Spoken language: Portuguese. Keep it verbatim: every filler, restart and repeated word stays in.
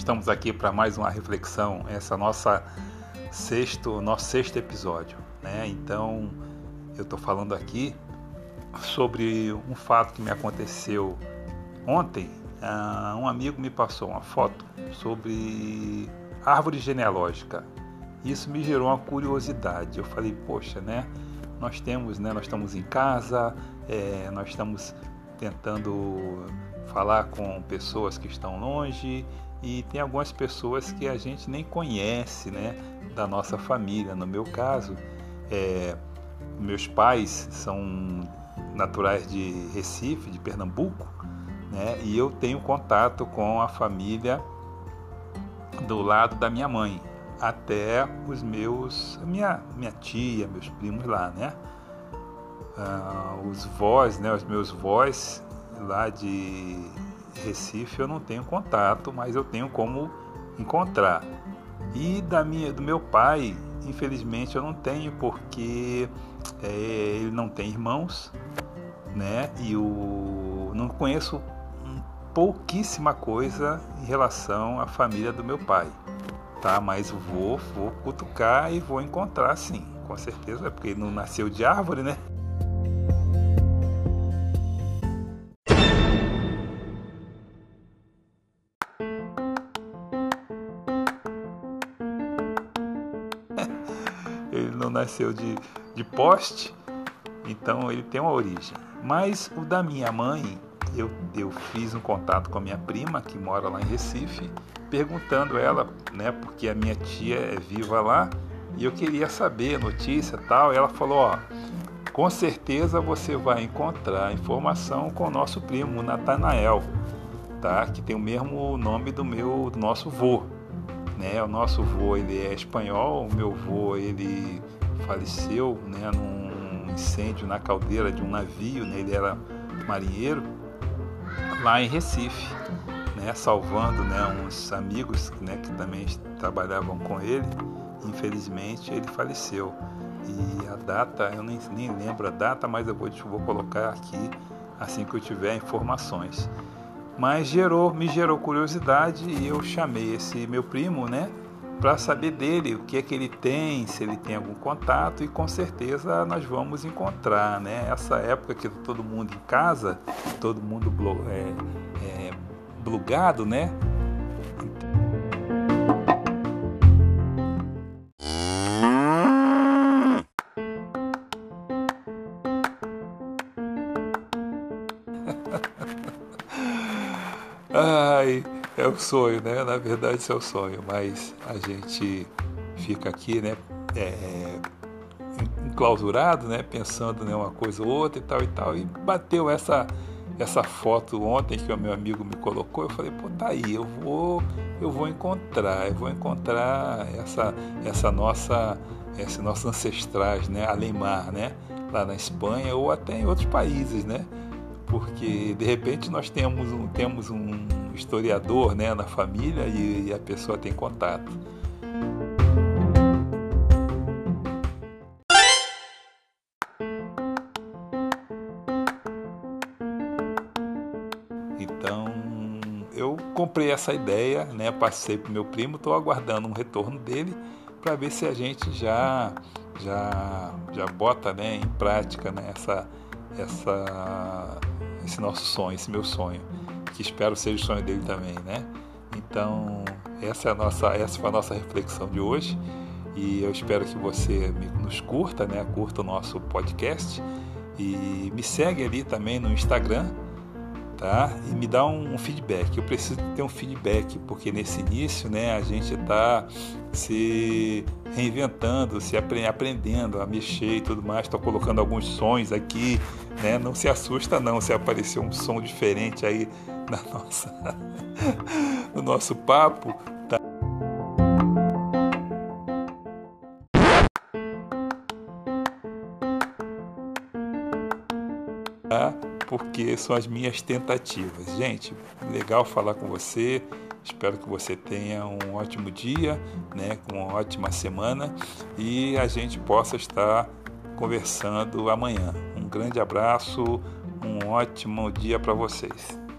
Estamos aqui para mais uma reflexão, essa nossa sexto, nosso sexto episódio, né? Então, eu estou falando aqui sobre um fato que me aconteceu ontem. Uh, um amigo me passou uma foto sobre árvore genealógica. Isso me gerou uma curiosidade. Eu falei, poxa, né? Nós temos, né? Nós estamos em casa, é, nós estamos tentando falar com pessoas que estão longe e tem algumas pessoas que a gente nem conhece, né? Da nossa família. No meu caso, é, meus pais são naturais de Recife, de Pernambuco, né? E eu tenho contato com a família do lado da minha mãe, até os meus, minha, minha tia, meus primos lá, né? Ah, os vós, né? Os meus vós lá de Recife eu não tenho contato, mas eu tenho como encontrar. E da minha, do meu pai, infelizmente eu não tenho, porque é, ele não tem irmãos, né? E o não conheço pouquíssima coisa em relação à família do meu pai, tá? Mas vou, vou cutucar e vou encontrar, sim, com certeza, porque ele não nasceu de árvore, né? Ele não nasceu de, de poste, então ele tem uma origem. Mas o da minha mãe, eu, eu fiz um contato com a minha prima, que mora lá em Recife, perguntando ela, né, porque a minha tia é viva lá, e eu queria saber a notícia e tal. E ela falou, ó, com certeza você vai encontrar informação com o nosso primo, o Natanael, tá? Que tem o mesmo nome do meu, do nosso vô, né? O nosso vô, ele é espanhol, o meu vô, ele faleceu, né, num incêndio na caldeira de um navio, né? Ele era marinheiro lá em Recife, né? Salvando, né, uns amigos, né, que também trabalhavam com ele. Infelizmente ele faleceu, e a data, eu nem, nem lembro a data, mas eu vou, vou colocar aqui assim que eu tiver informações. Mas gerou, me gerou curiosidade e eu chamei esse meu primo, né, para saber dele, o que é que ele tem, se ele tem algum contato, e com certeza nós vamos encontrar, né? Essa época que todo mundo em casa, todo mundo é, é, blugado, né? Ai, é o sonho, né? Na verdade, isso é o sonho, mas a gente fica aqui, né? É, enclausurado, né? Pensando em uma coisa ou outra e tal e tal, e bateu essa essa foto ontem que o meu amigo me colocou. Eu falei, pô, tá aí, eu vou eu vou encontrar, eu vou encontrar essa essa nossa esses nossos ancestrais, né? Além mar, né? Lá na Espanha ou até em outros países, né? Porque de repente nós temos um, temos um historiador, né, na família, e, e a pessoa tem contato. Então eu comprei essa ideia, né, passei para o meu primo, estou aguardando um retorno dele para ver se a gente já já já bota, né, em prática, né, essa essa esse nosso sonho, esse meu sonho, que espero seja o sonho dele também, né? Então, essa é a nossa, essa foi a nossa reflexão de hoje, e eu espero que você nos curta, né? Curta o nosso podcast e me segue ali também no Instagram, tá? E me dá um, um feedback. Eu preciso ter um feedback, porque nesse início, né, a gente está se reinventando, se apre- aprendendo a mexer e tudo mais. Estou colocando alguns sons aqui, né? Não se assusta não se aparecer um som diferente aí na nossa, no nosso papo, tá? Porque são as minhas tentativas. Gente, legal falar com você. Espero que você tenha um ótimo dia, né, com uma ótima semana, e a gente possa estar conversando amanhã. Um grande abraço, um ótimo dia para vocês.